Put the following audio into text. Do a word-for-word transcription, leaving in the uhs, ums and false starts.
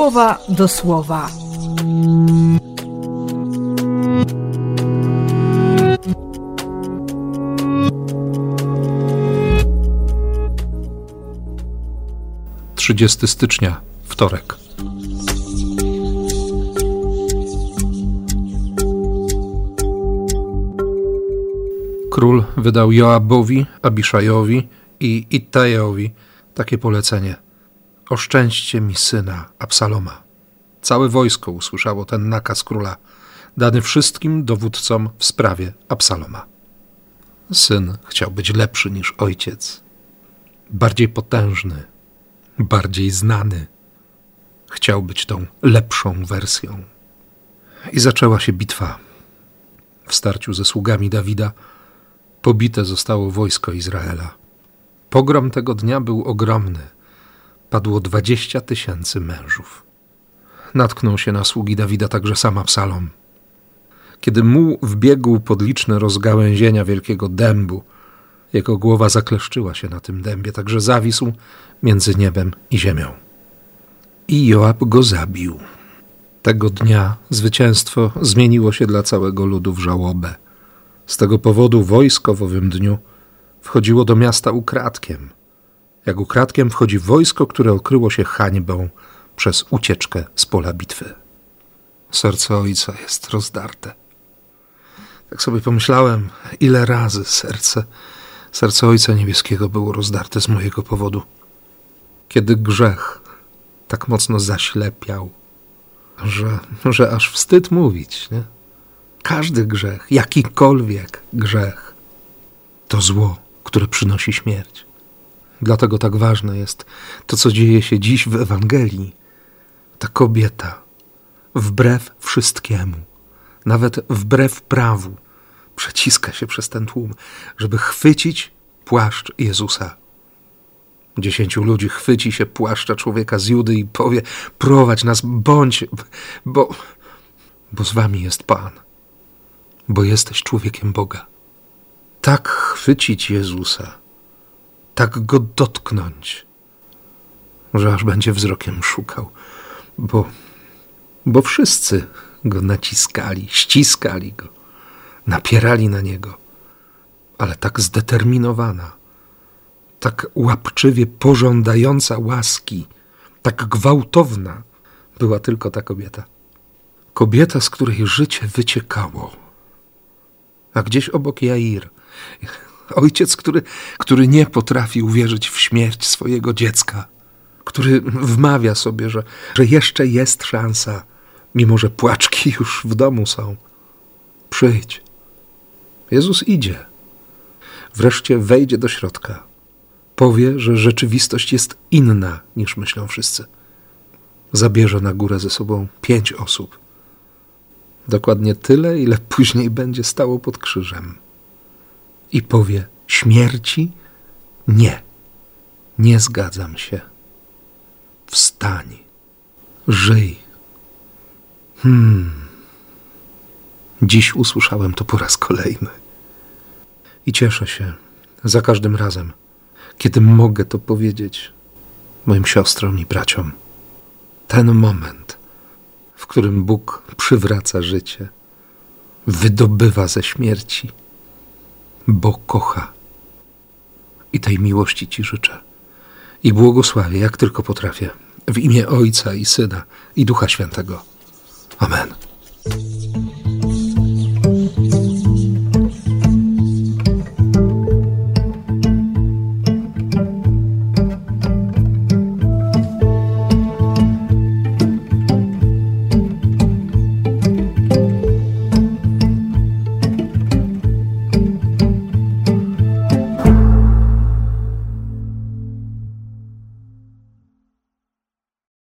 słowa do słowa. trzydziestego stycznia, wtorek. Król wydał Joabowi, Abiszajowi i Ittajowi takie polecenie: oszczędźcie mi syna Absaloma. Całe wojsko usłyszało ten nakaz króla, dany wszystkim dowódcom w sprawie Absaloma. Syn chciał być lepszy niż ojciec, bardziej potężny, bardziej znany. Chciał być tą lepszą wersją. I zaczęła się bitwa. W starciu ze sługami Dawida pobite zostało wojsko Izraela. Pogrom tego dnia był ogromny. Padło dwadzieścia tysięcy mężów. Natknął się na sługi Dawida także sam Absalom. Kiedy muł wbiegł pod liczne rozgałęzienia wielkiego dębu, jego głowa zakleszczyła się na tym dębie, także zawisł między niebem i ziemią. I Joab go zabił. Tego dnia zwycięstwo zmieniło się dla całego ludu w żałobę. Z tego powodu wojsko w owym dniu wchodziło do miasta ukradkiem, jak ukradkiem wchodzi wojsko, które okryło się hańbą przez ucieczkę z pola bitwy. Serce ojca jest rozdarte. Tak sobie pomyślałem, ile razy serce, serce Ojca Niebieskiego było rozdarte z mojego powodu. Kiedy grzech tak mocno zaślepiał, że, że aż wstyd mówić, nie? Każdy grzech, jakikolwiek grzech, to zło, które przynosi śmierć. Dlatego tak ważne jest to, co dzieje się dziś w Ewangelii. Ta kobieta, wbrew wszystkiemu, nawet wbrew prawu, przeciska się przez ten tłum, żeby chwycić płaszcz Jezusa. Dziesięciu ludzi chwyci się płaszcza człowieka z Judy i powie: prowadź nas, bądź, bo, bo z wami jest Pan, bo jesteś człowiekiem Boga. Tak chwycić Jezusa, tak Go dotknąć, że aż będzie wzrokiem szukał, bo, bo wszyscy Go naciskali, ściskali Go, napierali na Niego, ale tak zdeterminowana, tak łapczywie pożądająca łaski, tak gwałtowna była tylko ta kobieta. Kobieta, z której życie wyciekało. A gdzieś obok Jair, ojciec, który, który nie potrafi uwierzyć w śmierć swojego dziecka, który wmawia sobie, że, że jeszcze jest szansa, mimo że płaczki już w domu są. Przyjdź. Jezus idzie. Wreszcie wejdzie do środka. Powie, że rzeczywistość jest inna, niż myślą wszyscy. Zabierze na górę ze sobą pięć osób. Dokładnie tyle, ile później będzie stało pod krzyżem. I powie: śmierci nie. Nie zgadzam się. Wstań. Żyj. Hmm. Dziś usłyszałem to po raz kolejny. I cieszę się za każdym razem, kiedy mogę to powiedzieć moim siostrom i braciom. Ten moment, w którym Bóg przywraca życie, wydobywa ze śmierci, bo kocha. I tej miłości Ci życzę. I błogosławię, jak tylko potrafię, w imię Ojca i Syna i Ducha Świętego. Amen.